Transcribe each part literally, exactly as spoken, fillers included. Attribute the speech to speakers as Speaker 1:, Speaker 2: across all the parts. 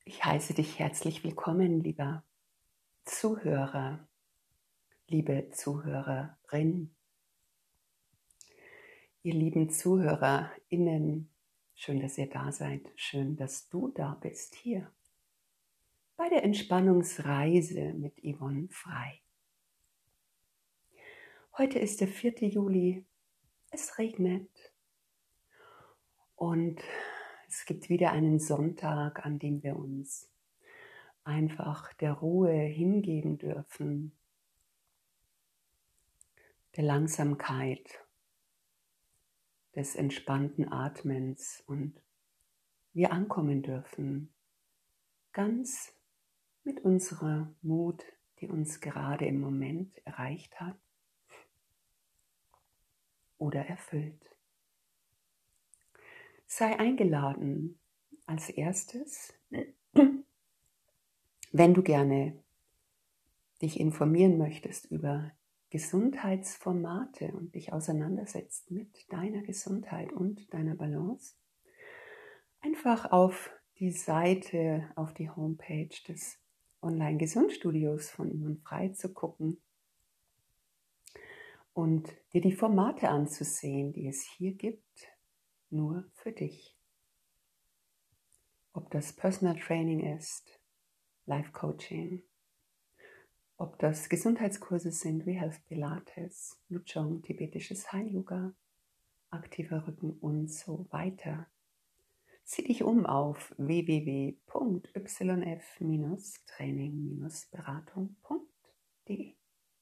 Speaker 1: Ich heiße dich herzlich willkommen, lieber Zuhörer, liebe Zuhörerin, ihr lieben ZuhörerInnen. Schön, dass ihr da seid. Schön, dass du da bist, hier bei der Entspannungsreise mit Yvonne Frei. Heute ist der vierte Juli. Es regnet und es gibt wieder einen Sonntag, an dem wir uns einfach der Ruhe hingeben dürfen, der Langsamkeit, des entspannten Atmens und wir ankommen dürfen, ganz mit unserer Mut, die uns gerade im Moment erreicht hat oder erfüllt. Sei eingeladen als erstes, wenn du gerne dich informieren möchtest über Gesundheitsformate und dich auseinandersetzt mit deiner Gesundheit und deiner Balance, einfach auf die Seite, auf die Homepage des Online-Gesundstudios von Yvonne Frei zu gucken und dir die Formate anzusehen, die es hier gibt, nur für dich. Ob das Personal Training ist, Life Coaching, ob das Gesundheitskurse sind wie Health Pilates, Lutschong, tibetisches Heil-Yoga, aktiver Rücken und so weiter. Zieh dich um auf w w w punkt y f training beratung punkt d e.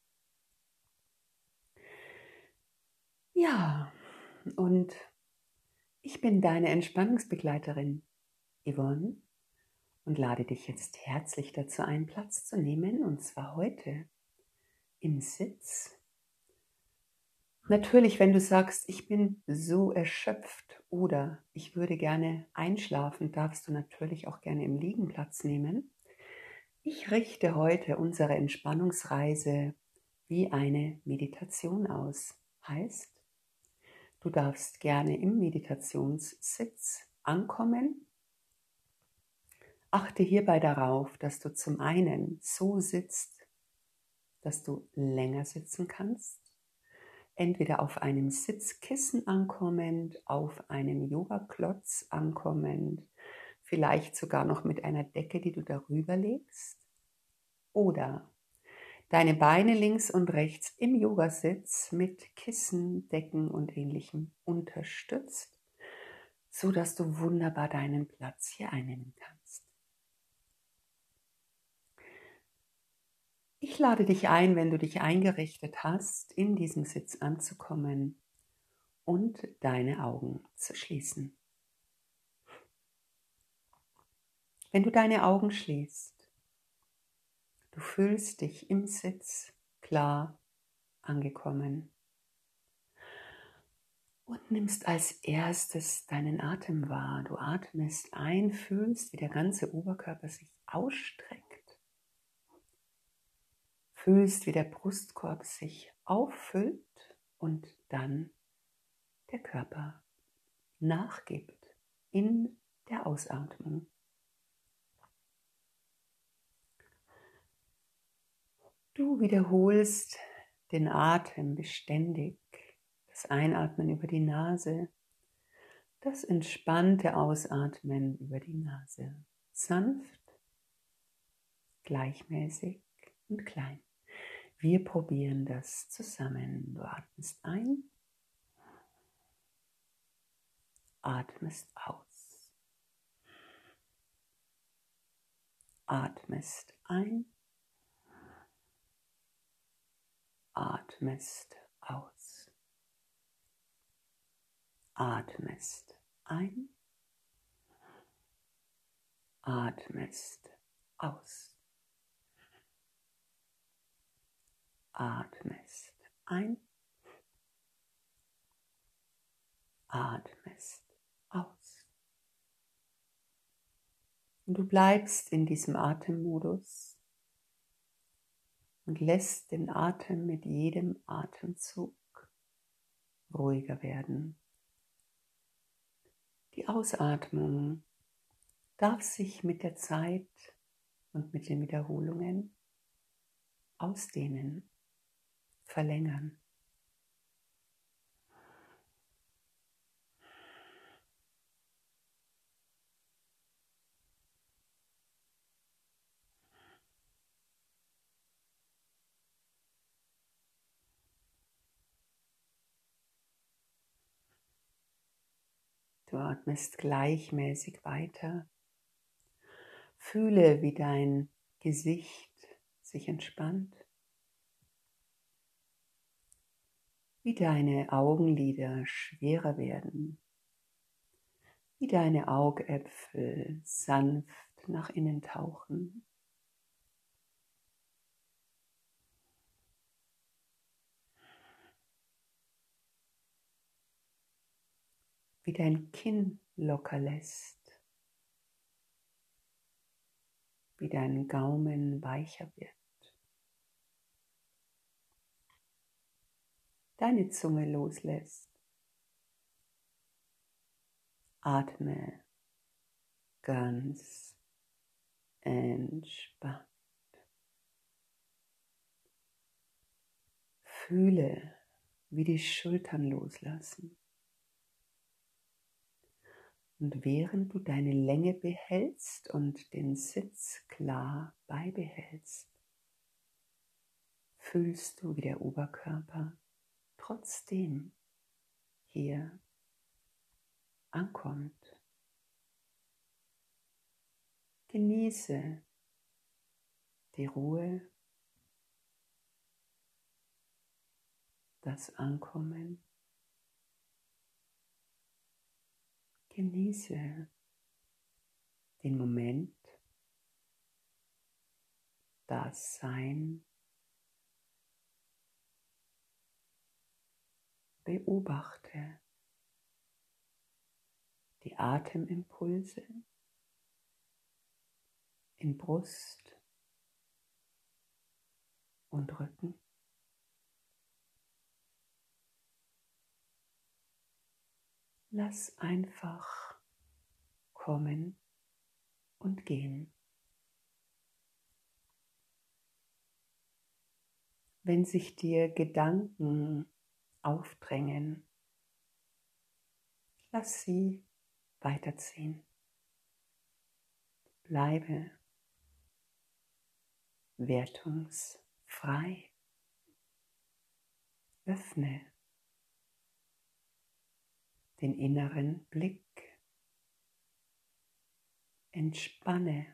Speaker 1: Ja, und ich bin deine Entspannungsbegleiterin Yvonne und lade dich jetzt herzlich dazu ein, Platz zu nehmen, und zwar heute im Sitz. Natürlich, wenn du sagst, ich bin so erschöpft oder ich würde gerne einschlafen, darfst du natürlich auch gerne im Liegen Platz nehmen. Ich richte heute unsere Entspannungsreise wie eine Meditation aus. Heißt, du darfst gerne im Meditationssitz ankommen. Achte hierbei darauf, dass du zum einen so sitzt, dass du länger sitzen kannst. Entweder auf einem Sitzkissen ankommend, auf einem Yogaklotz ankommend, vielleicht sogar noch mit einer Decke, die du darüber legst, oder deine Beine links und rechts im Yogasitz mit Kissen, Decken und Ähnlichem unterstützt, sodass du wunderbar deinen Platz hier einnehmen kannst. Ich lade dich ein, wenn du dich eingerichtet hast, in diesem Sitz anzukommen und deine Augen zu schließen. Wenn du deine Augen schließt, du fühlst dich im Sitz klar angekommen und nimmst als erstes deinen Atem wahr. Du atmest ein, fühlst, wie der ganze Oberkörper sich ausstreckt. Fühlst, wie der Brustkorb sich auffüllt und dann der Körper nachgibt in der Ausatmung. Du wiederholst den Atem beständig, das Einatmen über die Nase, das entspannte Ausatmen über die Nase, sanft, gleichmäßig und klein. Wir probieren das zusammen. Du atmest ein, atmest aus, atmest ein, atmest aus, atmest ein, atmest aus, atmest ein, atmest aus. Und du bleibst in diesem Atemmodus und lässt den Atem mit jedem Atemzug ruhiger werden. Die Ausatmung darf sich mit der Zeit und mit den Wiederholungen ausdehnen, verlängern. Du atmest gleichmäßig weiter. Fühle, wie dein Gesicht sich entspannt, wie deine Augenlider schwerer werden, wie deine Augäpfel sanft nach innen tauchen. Wie dein Kinn locker lässt, wie dein Gaumen weicher wird, deine Zunge loslässt. Atme ganz entspannt. Fühle, wie die Schultern loslassen. Und während du deine Länge behältst und den Sitz klar beibehältst, fühlst du, wie der Oberkörper trotzdem hier ankommt. Genieße die Ruhe, das Ankommen. Genieße den Moment, das Sein. Beobachte die Atemimpulse in Brust und Rücken. Lass einfach kommen und gehen. Wenn sich dir Gedanken aufdrängen, lass sie weiterziehen. Bleibe wertungsfrei. Öffne den inneren Blick. Entspanne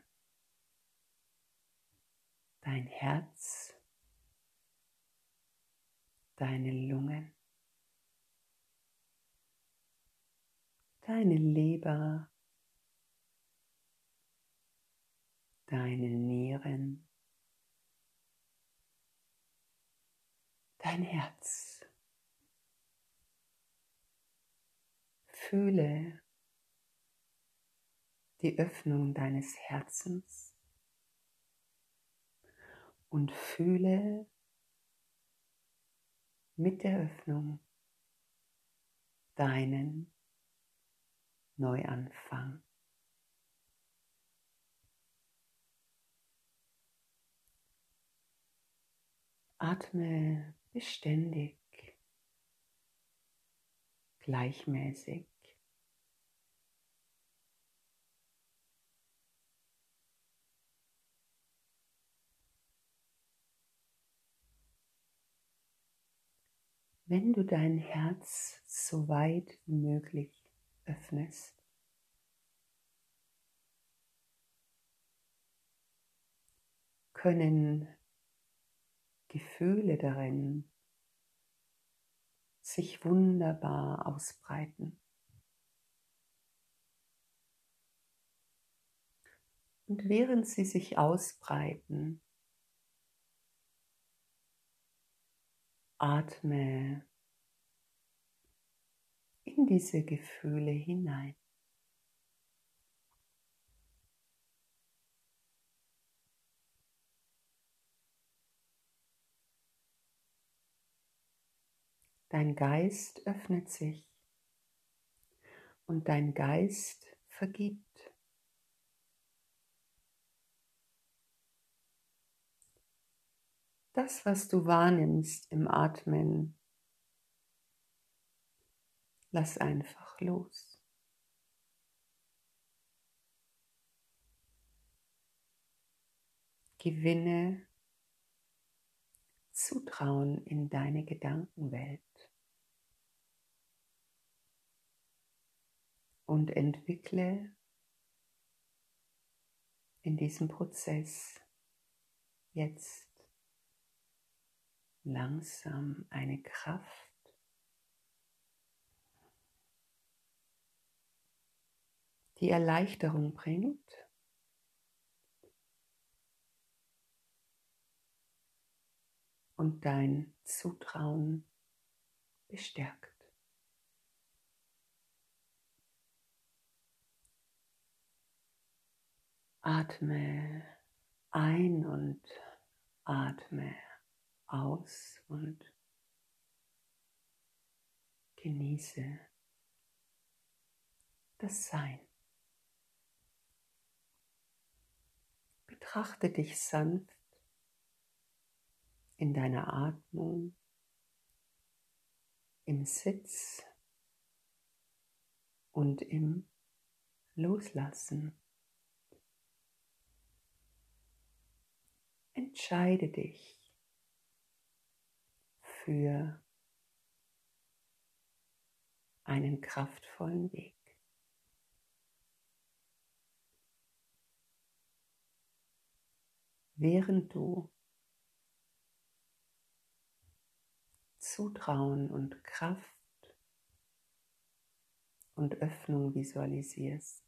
Speaker 1: dein Herz, deine Lungen, deine Leber, deine Nieren, dein Herz. Fühle die Öffnung deines Herzens und fühle mit der Öffnung deinen Neuanfang. Atme beständig, gleichmäßig. Wenn du dein Herz so weit wie möglich öffnest, können Gefühle darin sich wunderbar ausbreiten. Und während sie sich ausbreiten, atme in diese Gefühle hinein. Dein Geist öffnet sich und dein Geist vergibt. Das, was du wahrnimmst im Atmen, lass einfach los. Gewinne Zutrauen in deine Gedankenwelt und entwickle in diesem Prozess jetzt langsam eine Kraft, die Erleichterung bringt und dein Zutrauen bestärkt. Atme ein und atme aus und genieße das Sein. Betrachte dich sanft in deiner Atmung, im Sitz und im Loslassen. Entscheide dich für einen kraftvollen Weg. Während du Zutrauen und Kraft und Öffnung visualisierst,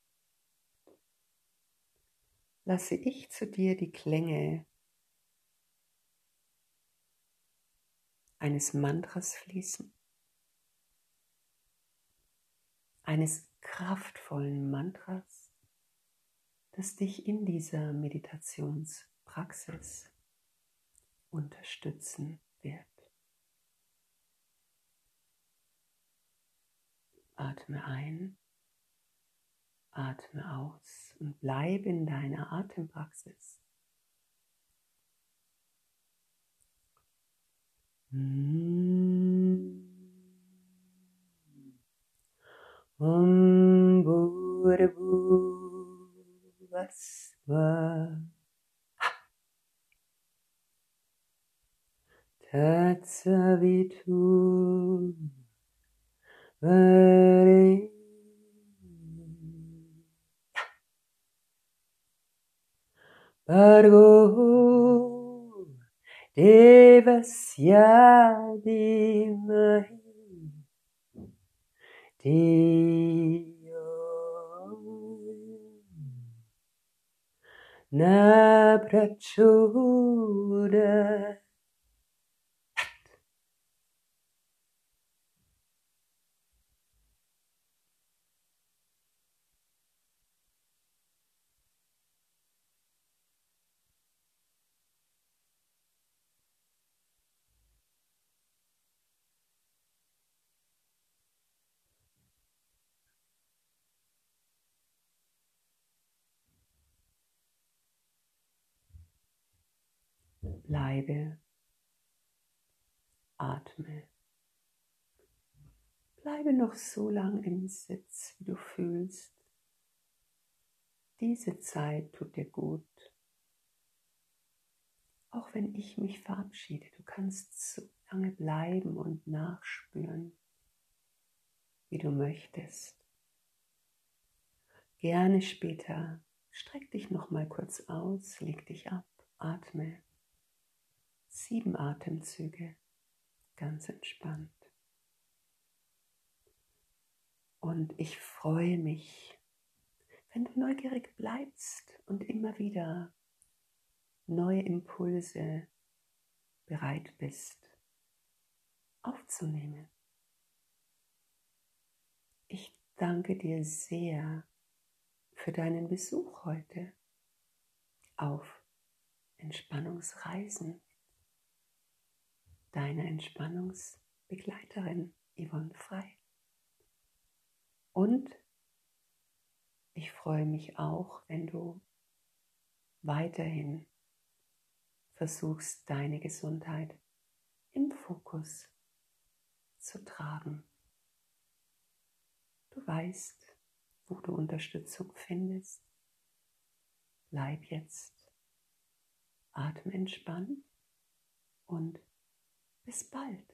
Speaker 1: lasse ich zu dir die Klänge eines Mantras fließen, eines kraftvollen Mantras, das dich in dieser Meditationspraxis unterstützen wird. Atme ein, atme aus und bleib in deiner Atempraxis. Om Bhurabhuvasva Tatsavitu Varenyam Bhargo Devasya Dhimahi Dhiyo Na Prachodayat. Bleibe, atme. Bleibe noch so lang im Sitz, wie du fühlst. Diese Zeit tut dir gut. Auch wenn ich mich verabschiede, du kannst so lange bleiben und nachspüren, wie du möchtest. Gerne später streck dich noch mal kurz aus, leg dich ab, atme. Sieben Atemzüge, ganz entspannt. Und ich freue mich, wenn du neugierig bleibst und immer wieder neue Impulse bereit bist aufzunehmen. Ich danke dir sehr für deinen Besuch heute auf Entspannungsreisen. Deine Entspannungsbegleiterin Yvonne Frei. Und ich freue mich auch, wenn du weiterhin versuchst, deine Gesundheit im Fokus zu tragen. Du weißt, wo du Unterstützung findest. Bleib jetzt atementspannt und bis bald.